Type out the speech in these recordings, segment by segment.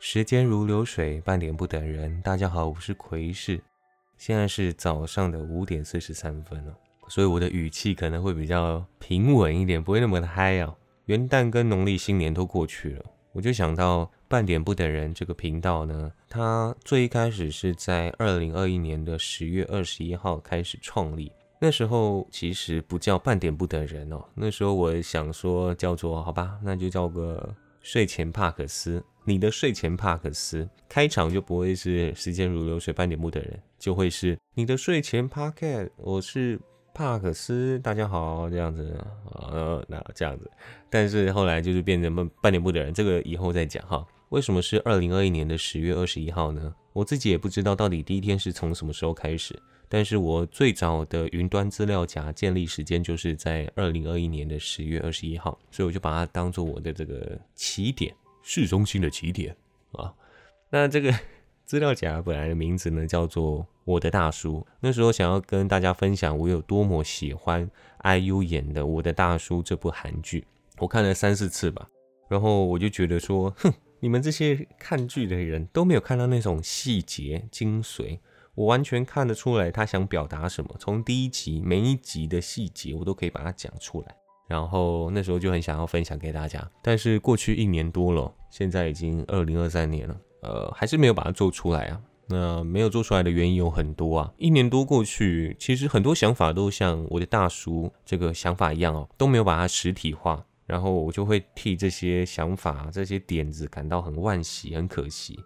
时间如流水，半点不等人。大家好，我是奎士，现在是早上的5点43分了，所以我的语气可能会比较平稳一点，不会那么的嗨啊。元旦跟农历新年都过去了，我就想到半点不等人这个频道呢，它最一开始是在2021年的10月21号开始创立。那时候其实不叫半点不等人哦，那时候我想说叫做好吧，那就叫个睡前帕克斯。你的睡前帕克斯开场就不会是时间如流水半点不等人，就会是你的睡前 podcast， 我是帕克斯，大家好，这样子那这样子。但是后来就是变成半点不等人，这个以后再讲哈。为什么是2021年的10月21号呢？我自己也不知道到底第一天是从什么时候开始，但是我最早的云端资料夹建立时间就是在2021年的10月21号，所以我就把它当做我的这个起点，市中心的起点啊。那这个资料夹本来的名字呢叫做我的大叔，那时候想要跟大家分享我有多么喜欢 IU 演的《我的大叔》这部韩剧，我看了3-4次吧，然后我就觉得说，你们这些看剧的人都没有看到那种细节精髓，我完全看得出来他想表达什么，从第一集每一集的细节我都可以把它讲出来，然后那时候就很想要分享给大家。但是过去1年多了，现在已经2023年了，还是没有把它做出来啊。那没有做出来的原因有很多啊，1年多过去，其实很多想法都像我的大叔这个想法一样哦，都没有把它实体化。然后我就会替这些想法、这些点子感到很惋惜、很可惜。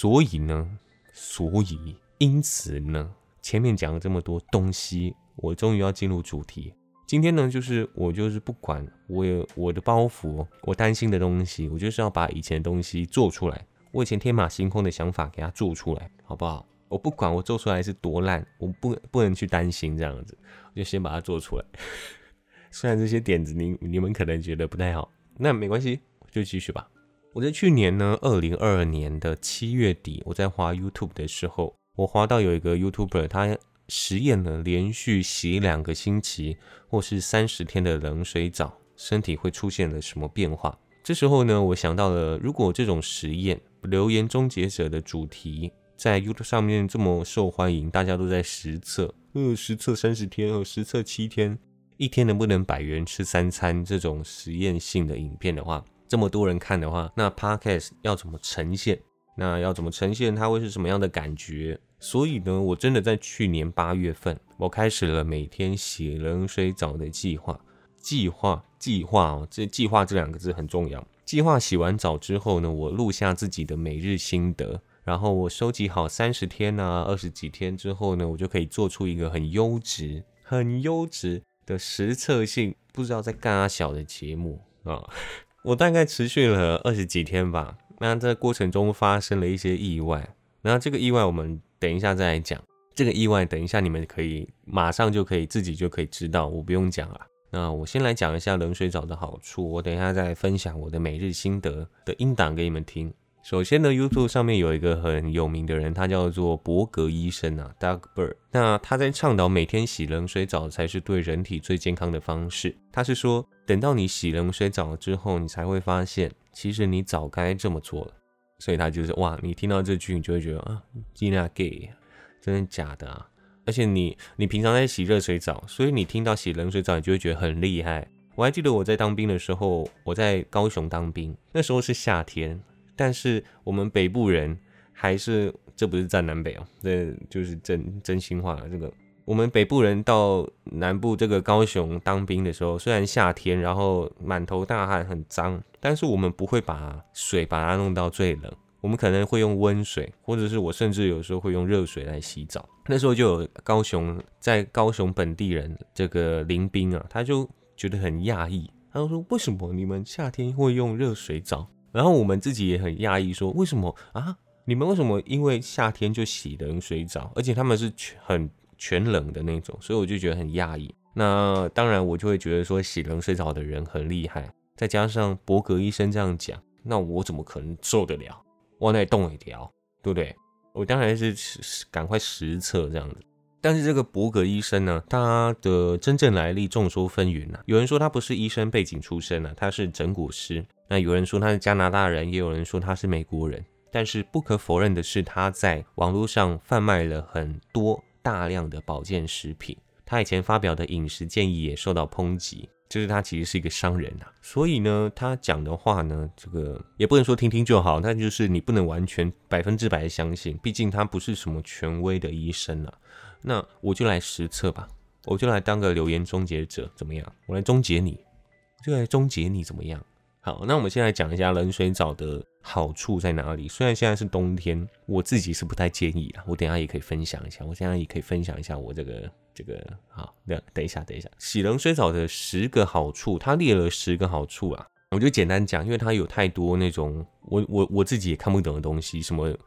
因此呢，前面讲了这么多东西，我终于要进入主题。今天呢，我就是不管我的包袱，我担心的东西，我就是要把以前的东西做出来。我以前天马行空的想法给它做出来，好不好？我不管我做出来是多烂，我不能去担心这样子，我就先把它做出来。虽然这些点子你们可能觉得不太好，那没关系，就继续吧。我在去年呢，2022年的7月底，我在滑 YouTube 的时候，我滑到有一个 YouTuber， 他实验了连续洗2个星期或是30天的冷水澡，身体会出现了什么变化。这时候呢，我想到了，如果这种实验留言终结者的主题在 YouTube 上面这么受欢迎，大家都在实测实测30天实测7天1天能不能100元吃3餐这种实验性的影片的话，这么多人看的话，那 Podcast 要怎么呈现？它会是什么样的感觉？所以呢，我真的在去年8月份，我开始了每天洗冷水澡的计划。计划这计划这2个字很重要。计划洗完澡之后呢，我录下自己的每日心得，然后我收集好30天20几天之后呢，我就可以做出一个很优质的实测性不知道在干啥小的节目啊。我大概持续了20几天吧，那在过程中发生了一些意外，那这个意外我们等一下再来讲。这个意外等一下你们可以马上就可以自己就可以知道，我不用讲了。那我先来讲一下冷水澡的好处，我等一下再来分享我的每日心得的音档给你们听。首先呢 YouTube 上面有一个很有名的人，他叫做伯格医生Doug Bird。 那他在倡导每天洗冷水澡才是对人体最健康的方式。他是说，等到你洗冷水澡之后，你才会发现其实你早该这么做了。所以他就是哇，你听到这句你就会觉得真的 gay 真的假的啊？而且你平常在洗热水澡，所以你听到洗冷水澡你就会觉得很厉害。我还记得我在当兵的时候，我在高雄当兵，那时候是夏天，但是我们北部人这不是站南北这就是真心话这个我们北部人到南部这个高雄当兵的时候，虽然夏天，然后满头大汗很脏，但是我们不会把水把它弄到最冷，我们可能会用温水，或者是我甚至有时候会用热水来洗澡。那时候就有在高雄本地人这个林兵他就觉得很讶异，他就说为什么你们夏天会用热水澡？然后我们自己也很讶异，说为什么你们为什么因为夏天就洗冷水澡？而且他们是很全冷的那种，所以我就觉得很讶异。那当然我就会觉得说洗冷水澡的人很厉害，再加上伯格医生这样讲，那我怎么可能受得了？我那动一条，对不对？我当然是赶快实测这样子。但是这个伯格医生呢，他的真正来历众说纷纭有人说他不是医生背景出身他是整骨师。那有人说他是加拿大人，也有人说他是美国人。 但是不可否认的是，他在网络上贩卖了很多大量的保健食品。他以前发表的饮食建议也受到抨击，就是他其实是一个商人啊。所以呢，他讲的话呢，这个也不能说听听就好，但就是你不能完全100%的相信，毕竟他不是什么权威的医生啊。那我就来实测吧，我就来当个留言终结者，怎么样？我来终结你，就来终结你，怎么样？好，那我们先来讲一下冷水澡的好处在哪里。虽然现在是冬天，我自己是不太建议啦，我等一下也可以分享一下。我这个好，等一下，洗冷水澡的10个好处，他列了10个好处啊。我就简单讲，因为它有太多那种我自己也看不懂的东西，什么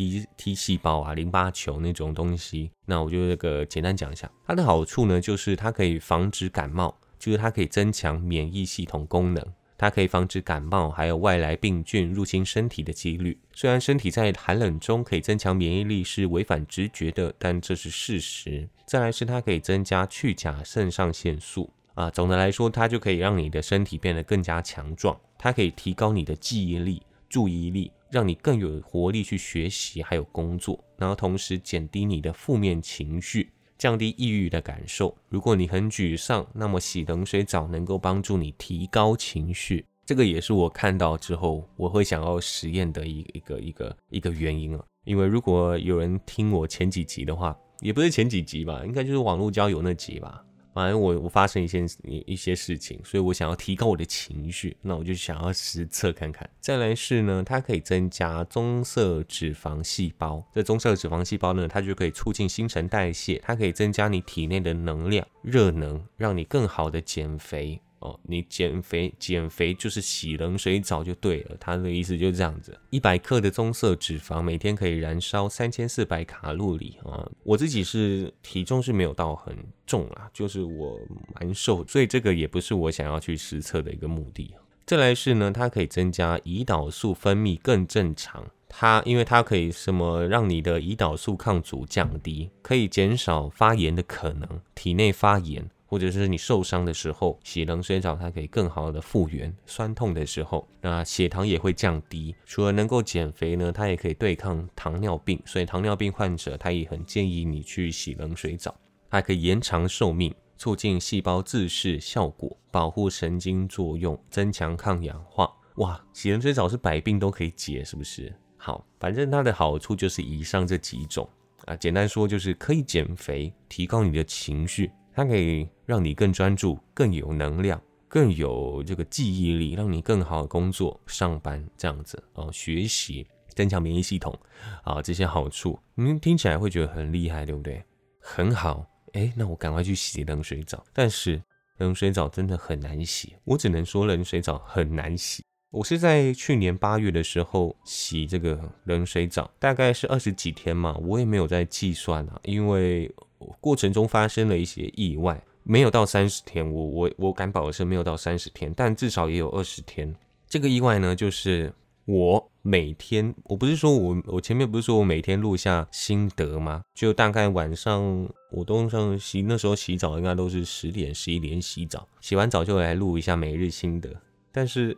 T 细胞啊、淋巴球那种东西，那我就简单讲一下。它的好处呢，就是它可以防止感冒，就是它可以增强免疫系统功能。它可以防止感冒还有外来病菌入侵身体的几率。虽然身体在寒冷中可以增强免疫力是违反直觉的，但这是事实。再来是它可以增加去甲肾上腺素总的来说，它就可以让你的身体变得更加强壮。它可以提高你的记忆力、注意力，让你更有活力去学习还有工作，然后同时减低你的负面情绪，降低抑郁的感受。如果你很沮丧，那么洗冷水澡能够帮助你提高情绪。这个也是我看到之后我会想要实验的一个原因啊。因为如果有人听我前几集的话，也不是前几集吧，应该就是网络交友那集吧。反正我发生一些事情，所以我想要提高我的情绪，那我就想要实测看看。再来是呢，它可以增加棕色脂肪细胞。这棕色脂肪细胞呢，它就可以促进新陈代谢，它可以增加你体内的能量、热能，让你更好的减肥。你减肥就是洗冷水澡就对了，它的意思就是这样子。100克的棕色脂肪每天可以燃烧3400卡路里我自己是体重是没有到很重啦，就是我蛮瘦，所以这个也不是我想要去实测的一个目的。再来是呢，它可以增加胰岛素分泌更正常。因为它可以让你的胰岛素抗阻降低，可以减少发炎的可能，体内发炎或者是你受伤的时候，洗冷水澡它可以更好的复原。酸痛的时候，那血糖也会降低。除了能够减肥呢，它也可以对抗糖尿病，所以糖尿病患者他也很建议你去洗冷水澡。它可以延长寿命，促进细胞自噬效果，保护神经作用，增强抗氧化。哇，洗冷水澡是百病都可以解，是不是？好，反正它的好处就是以上这几种简单说就是可以减肥，提高你的情绪，它可以让你更专注，更有能量，更有这个记忆力，让你更好的工作、上班这样子学习，增强免疫系统这些好处，听起来会觉得很厉害，对不对？很好，那我赶快去洗冷水澡。但是冷水澡真的很难洗，我只能说冷水澡很难洗。我是在去年8月的时候洗这个冷水澡，大概是20几天嘛，我也没有在计算因为过程中发生了一些意外，没有到30天，我敢保证没有到30天，但至少也有20天。这个意外呢，就是我每天，我不是说我前面不是说我每天录下心得吗？就大概晚上我都上那时候洗澡应该都是10点11点洗澡，洗完澡就来录一下每日心得，但是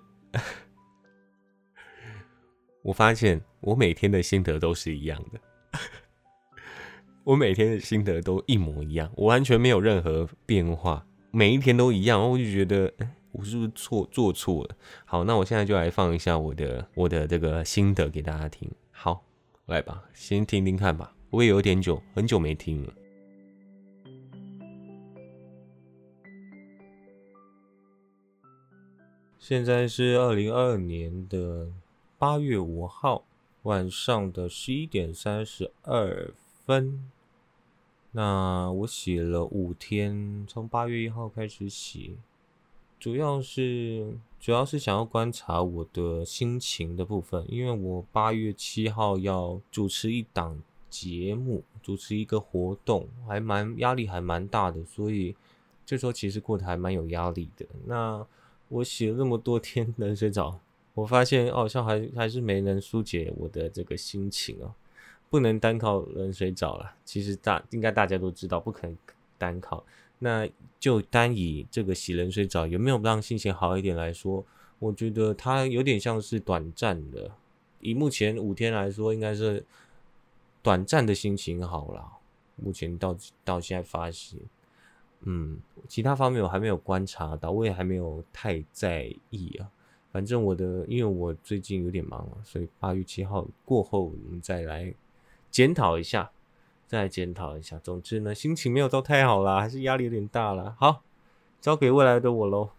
我发现我每天的心得都是一样的我每天的心得都一模一样，我完全没有任何变化，每一天都一样，我就觉得我是不是做错了？好，那我现在就来放一下我的这个心得给大家听。好，来吧，先听听看吧，我也有点很久没听了。现在是2022年的8月5号晚上的11点32分。那我洗了5天，从8月1号开始洗，主要是想要观察我的心情的部分，因为我8月7号要主持一档节目，主持一个活动，压力还蛮大的，所以这时候其实过得还蛮有压力的。那我洗了那么多天冷水澡，我发现好像还是没能疏解我的这个心情不能单靠冷水澡了。其实应该大家都知道，不可能单靠。那就单以这个洗冷水澡有没有让心情好一点来说，我觉得它有点像是短暂的以目前5天来说，应该是短暂的心情好啦。目前到现在发现，其他方面我还没有观察到，我也还没有太在意啊。反正因为我最近有点忙啊，所以8月7号过后，我们再来检讨一下。总之呢，心情没有到太好啦，还是压力有点大啦。好，交给未来的我咯。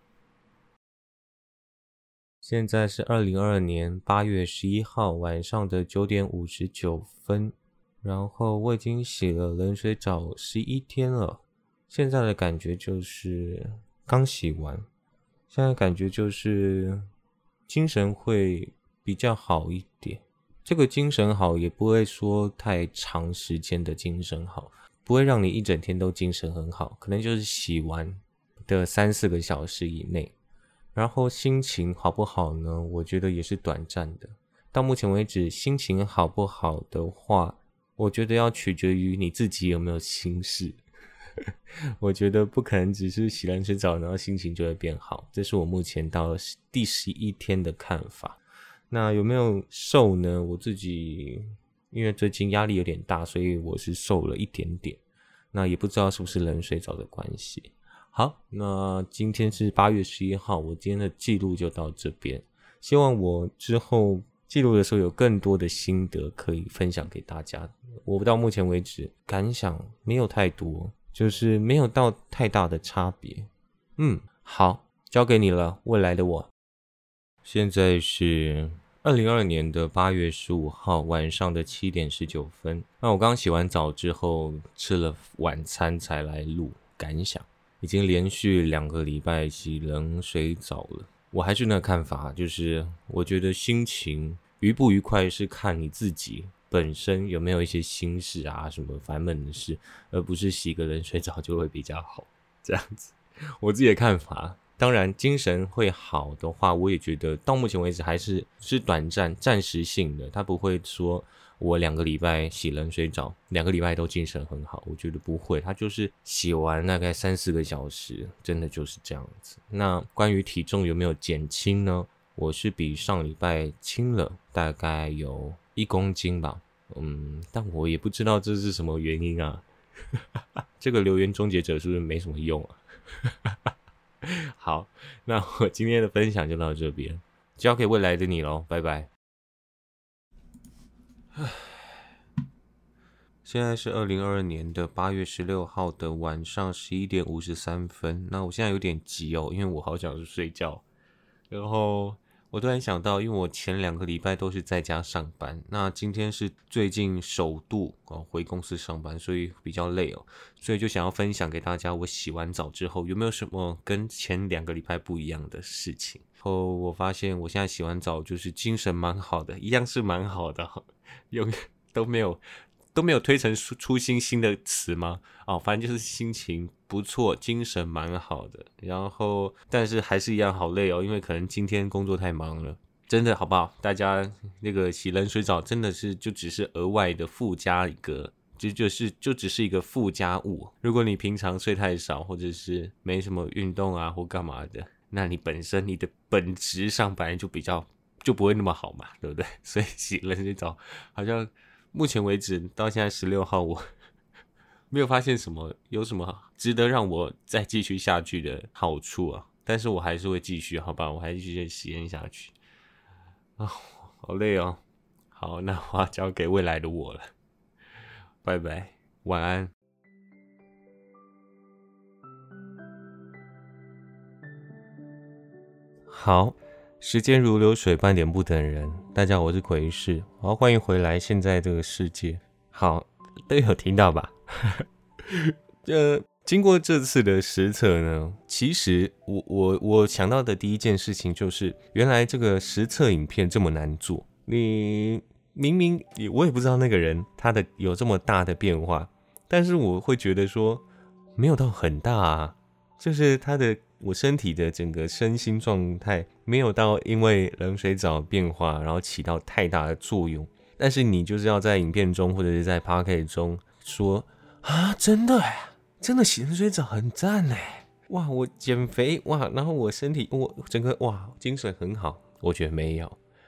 现在是2022年8月11号晚上的9点59分，然后我已经洗了冷水澡11天了，现在的感觉就是刚洗完，现在感觉就是精神会比较好一点。这个精神好也不会说太长时间的精神好，不会让你一整天都精神很好，可能就是洗完的3-4个小时以内。然后心情好不好呢？我觉得也是短暂的。到目前为止，心情好不好的话，我觉得要取决于你自己有没有心事。我觉得不可能只是洗冷水澡然后心情就会变好，这是我目前到第11天的看法。那有没有瘦呢？我自己因为最近压力有点大，所以我是瘦了一点点。那也不知道是不是冷水澡的关系。好，那今天是8月11号，我今天的记录就到这边。希望我之后记录的时候有更多的心得可以分享给大家。我到目前为止感想没有太多，就是没有到太大的差别。好，交给你了，未来的我。现在是2022年的8月15号晚上的7点19分。那我刚洗完澡之后吃了晚餐才来录感想。已经连续2个礼拜洗冷水澡了。我还是那个看法，就是我觉得心情愉不愉快是看你自己本身有没有一些心事啊，什么烦闷的事，而不是洗个冷水澡就会比较好。这样子，我自己的看法。当然，精神会好的话，我也觉得到目前为止还是短暂、暂时性的，它不会说我2个礼拜洗冷水澡，2个礼拜都精神很好，我觉得不会，它就是洗完大概3-4个小时，真的就是这样子。那关于体重有没有减轻呢？我是比上礼拜轻了大概有1公斤吧，但我也不知道这是什么原因啊。这个留言终结者是不是没什么用啊？好，那我今天的分享就到这边，交给未来的你咯，拜拜。现在是2022年的8月16号的晚上11点53分。那我现在有点急哦，因为我好想睡觉。然后我突然想到，因为我前2个礼拜都是在家上班，那今天是最近首度回公司上班，所以比较累哦，所以就想要分享给大家，我洗完澡之后有没有什么跟前2个礼拜不一样的事情。后我发现我现在洗完澡就是精神蛮好的，一样是蛮好的，都没有推陈出新的词吗？反正就是心情不错，精神蛮好的。然后，但是还是一样好累哦，因为可能今天工作太忙了。真的好不好？大家那个洗冷水澡真的是就只是额外的附加一个，就只是一个附加物。如果你平常睡太少，或者是没什么运动啊或干嘛的，那你本身你的本质上本来就不会那么好嘛，对不对？所以洗冷水澡好像。目前为止到现在16号，我没有发现有什么值得让我再继续下去的好处啊，但是我还是会继续，好吧，我还是继续实验下去好累哦。好，那我要交给未来的我了，拜拜，晚安。好，时间如流水，半点不等人。大家好，我是奎士，好，欢迎回来。现在这个世界，好，都有听到吧？经过这次的实测呢，其实我想到的第一件事情就是，原来这个实测影片这么难做。你明明我也不知道那个人他的有这么大的变化，但是我会觉得说没有到很大啊，就是我身体的整个身心状态没有到因为冷水澡变化然后起到太大的作用。但是你就是要在影片中或者是在 podcast 中说啊，真的真的洗冷水澡很赞哇，我减肥哇，然后我身体我整个哇精神很好。我觉得没有，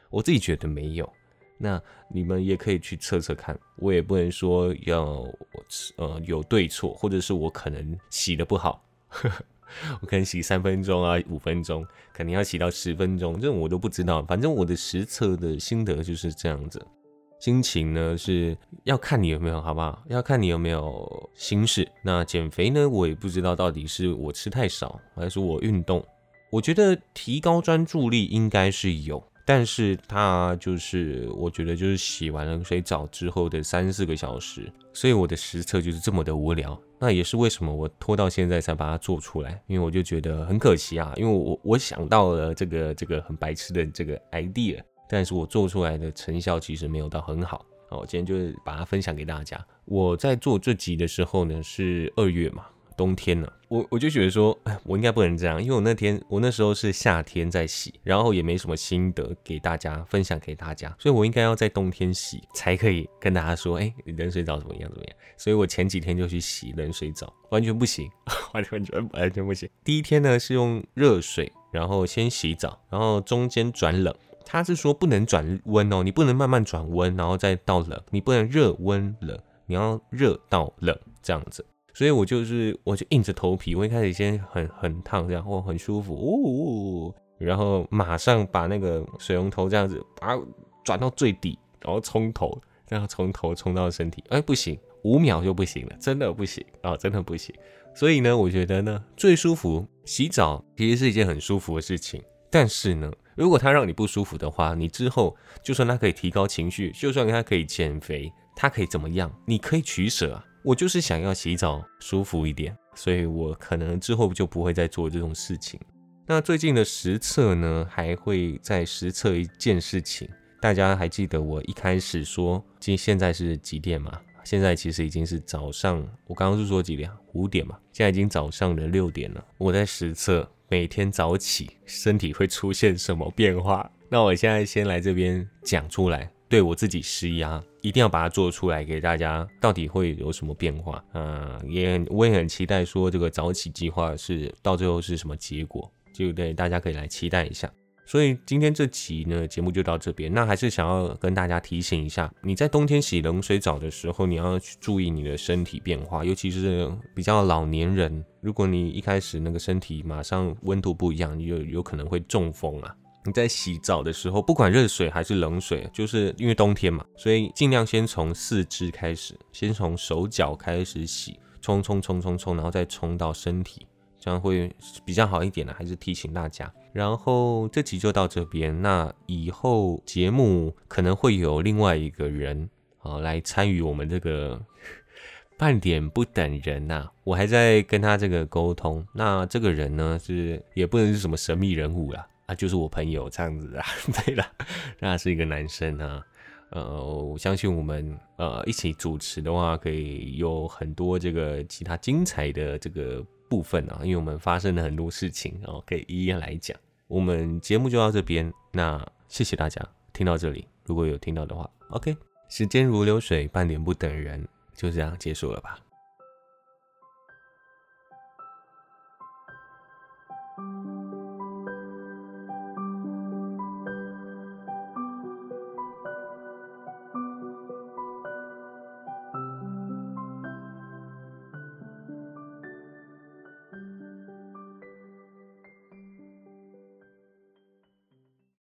我自己觉得没有。那你们也可以去测测看，我也不能说要有对错，或者是我可能洗得不好，我可能洗3分钟啊5分钟，可能要洗到10分钟，这种我都不知道。反正我的实测的心得就是这样子。心情呢是要看你有没有，好不好？要看你有没有心事。那减肥呢，我也不知道到底是我吃太少，还是我运动。我觉得提高专注力应该是有。但是它就是我觉得就是洗完冷水澡之后的3-4个小时，所以我的实测就是这么的无聊。那也是为什么我拖到现在才把它做出来，因为我就觉得很可惜啊，因为我想到了这个很白痴的这个 idea， 但是我做出来的成效其实没有到很好。好，我今天就是把它分享给大家。我在做这集的时候呢是2月嘛，冬天了，我就觉得说，我应该不能这样，因为我那时候是夏天在洗，然后也没什么心得给大家分享给大家，所以我应该要在冬天洗，才可以跟大家说，冷水澡怎么样。所以我前几天就去洗冷水澡，完全不行，完全不行。第一天呢是用热水，然后先洗澡，然后中间转冷。他是说不能转温哦，你不能慢慢转温，然后再到冷，你不能热温冷，你要热到冷这样子。所以我就硬着头皮，我一开始先很烫这样，很舒服，然后马上把那个水龙头这样子把它转到最底，然后冲头，这样从头冲到身体，不行，5秒就不行了，真的不行啊，真的不行。所以呢，我觉得呢，最舒服洗澡其实是一件很舒服的事情，但是呢，如果它让你不舒服的话，你之后就算它可以提高情绪，就算它可以减肥，它可以怎么样，你可以取舍啊。我就是想要洗澡舒服一点，所以我可能之后就不会再做这种事情。那最近的实测呢，还会再实测一件事情。大家还记得我一开始说，现在是几点吗？现在其实已经是早上，我刚刚是说几点？5点嘛，现在已经早上的6点了。我在实测每天早起身体会出现什么变化。那我现在先来这边讲出来，对我自己施压，一定要把它做出来给大家，到底会有什么变化？我也很期待说这个早起计划是到最后是什么结果，就对大家可以来期待一下。所以今天这集呢，节目就到这边。那还是想要跟大家提醒一下，你在冬天洗冷水澡的时候，你要去注意你的身体变化，尤其是比较老年人，如果你一开始那个身体马上温度不一样，你就有可能会中风啊。你在洗澡的时候，不管热水还是冷水，就是因为冬天嘛，所以尽量先从四肢开始，先从手脚开始洗，冲，然后再冲到身体，这样会比较好一点的，还是提醒大家。然后这集就到这边，那以后节目可能会有另外一个人来参与我们这个半点不等人啊，我还在跟他这个沟通。那这个人呢，也不能是什么神秘人物啦，就是我朋友这样子啊，对啦，那是一个男生啊。我相信我们一起主持的话，可以有很多这个其他精彩的这个部分啊，因为我们发生了很多事情可以一一来讲。我们节目就到这边，那谢谢大家听到这里，如果有听到的话 ，OK， 时间如流水，半点不等人，就这样结束了吧。